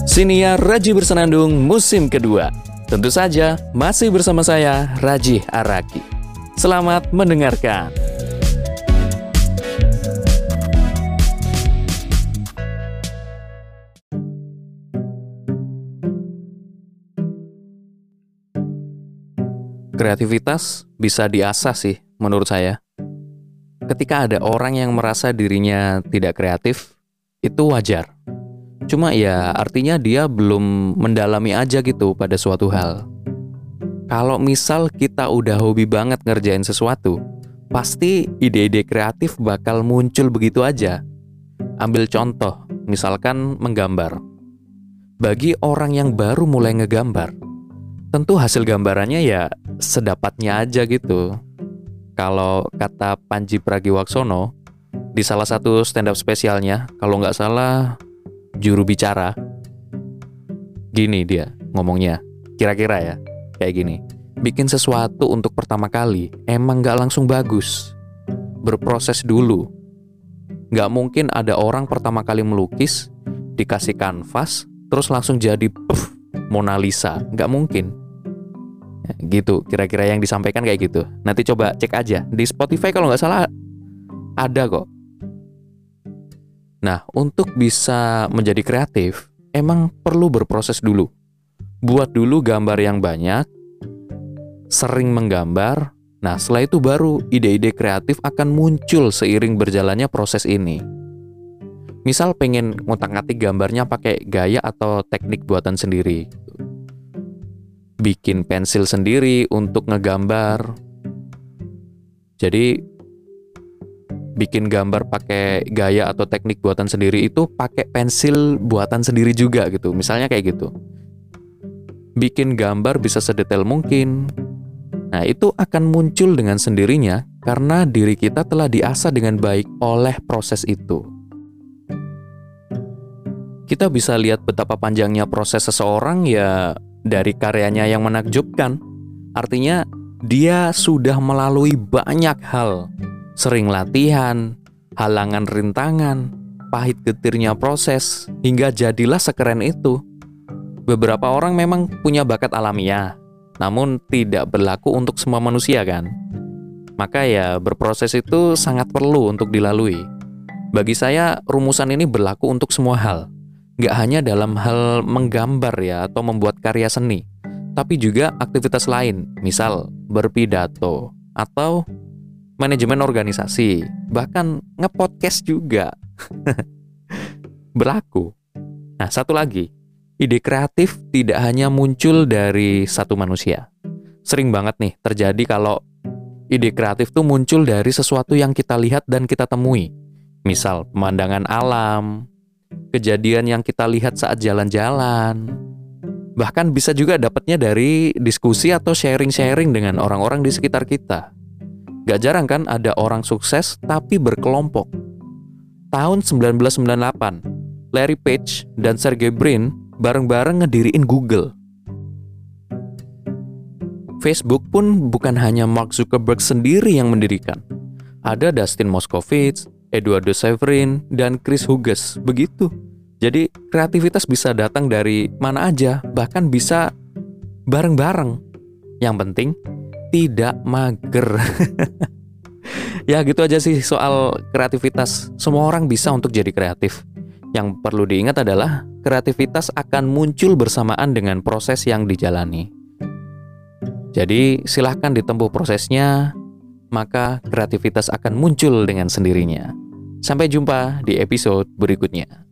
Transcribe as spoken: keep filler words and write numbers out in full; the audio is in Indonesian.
Siniar Raji Bersenandung musim kedua. Tentu saja masih bersama saya, Raji Araki. Selamat mendengarkan. Kreativitas bisa diasah sih menurut saya. Ketika ada orang yang merasa dirinya tidak kreatif, itu wajar. Cuma ya artinya dia belum mendalami aja gitu pada suatu hal. Kalau misal kita udah hobi banget ngerjain sesuatu, pasti ide-ide kreatif bakal muncul begitu aja. Ambil contoh, misalkan menggambar. Bagi orang yang baru mulai ngegambar, tentu hasil gambarannya ya sedapatnya aja gitu. Kalau kata Panji Pragiwaksono, di salah satu stand up spesialnya, kalau nggak salah, juru bicara, gini dia ngomongnya, kira-kira ya, kayak gini. Bikin sesuatu untuk pertama kali, emang nggak langsung bagus. Berproses dulu. Nggak mungkin ada orang pertama kali melukis, dikasih kanvas, terus langsung jadi puff, Mona Lisa. Nggak mungkin. Gitu, kira-kira yang disampaikan kayak gitu. Nanti coba cek aja di Spotify kalau nggak salah ada kok. Nah, untuk bisa menjadi kreatif, emang perlu berproses dulu. Buat dulu gambar yang banyak, sering menggambar. Nah, setelah itu baru ide-ide kreatif akan muncul seiring berjalannya proses ini. Misal pengen ngotak-ngatik gambarnya pakai gaya atau teknik buatan sendiri. Bikin pensil sendiri untuk ngegambar. Jadi bikin gambar pakai gaya atau teknik buatan sendiri itu pakai pensil buatan sendiri juga gitu. Misalnya kayak gitu. Bikin gambar bisa sedetail mungkin. Nah, itu akan muncul dengan sendirinya karena diri kita telah diasah dengan baik oleh proses itu. Kita bisa lihat betapa panjangnya proses seseorang ya dari karyanya yang menakjubkan. Artinya dia sudah melalui banyak hal. Sering latihan, halangan rintangan, pahit getirnya proses, hingga jadilah sekeren itu. Beberapa orang memang punya bakat alamiah, namun tidak berlaku untuk semua manusia kan. Maka ya berproses itu sangat perlu untuk dilalui. Bagi saya rumusan ini berlaku untuk semua hal. Nggak hanya dalam hal menggambar ya atau membuat karya seni, tapi juga aktivitas lain, misal berpidato atau manajemen organisasi, bahkan nge-podcast juga. Berlaku. Nah, satu lagi, ide kreatif tidak hanya muncul dari satu manusia. Sering banget nih terjadi kalau ide kreatif tuh muncul dari sesuatu yang kita lihat dan kita temui. Misal pemandangan alam, kejadian yang kita lihat saat jalan-jalan. Bahkan bisa juga dapatnya dari diskusi atau sharing-sharing dengan orang-orang di sekitar kita. Gak jarang kan ada orang sukses tapi berkelompok. Tahun sembilan belas sembilan puluh delapan, Larry Page dan Sergey Brin bareng-bareng ngediriin Google. Facebook pun bukan hanya Mark Zuckerberg sendiri yang mendirikan. Ada Dustin Moskovitz, Eduardo Severin, dan Chris Hughes, begitu. Jadi kreativitas bisa datang dari mana aja, bahkan bisa bareng-bareng. Yang penting, tidak mager. Ya gitu aja sih soal kreativitas. Semua orang bisa untuk jadi kreatif. Yang perlu diingat adalah, kreativitas akan muncul bersamaan dengan proses yang dijalani. Jadi silahkan ditempuh prosesnya, maka kreativitas akan muncul dengan sendirinya. Sampai jumpa di episode berikutnya.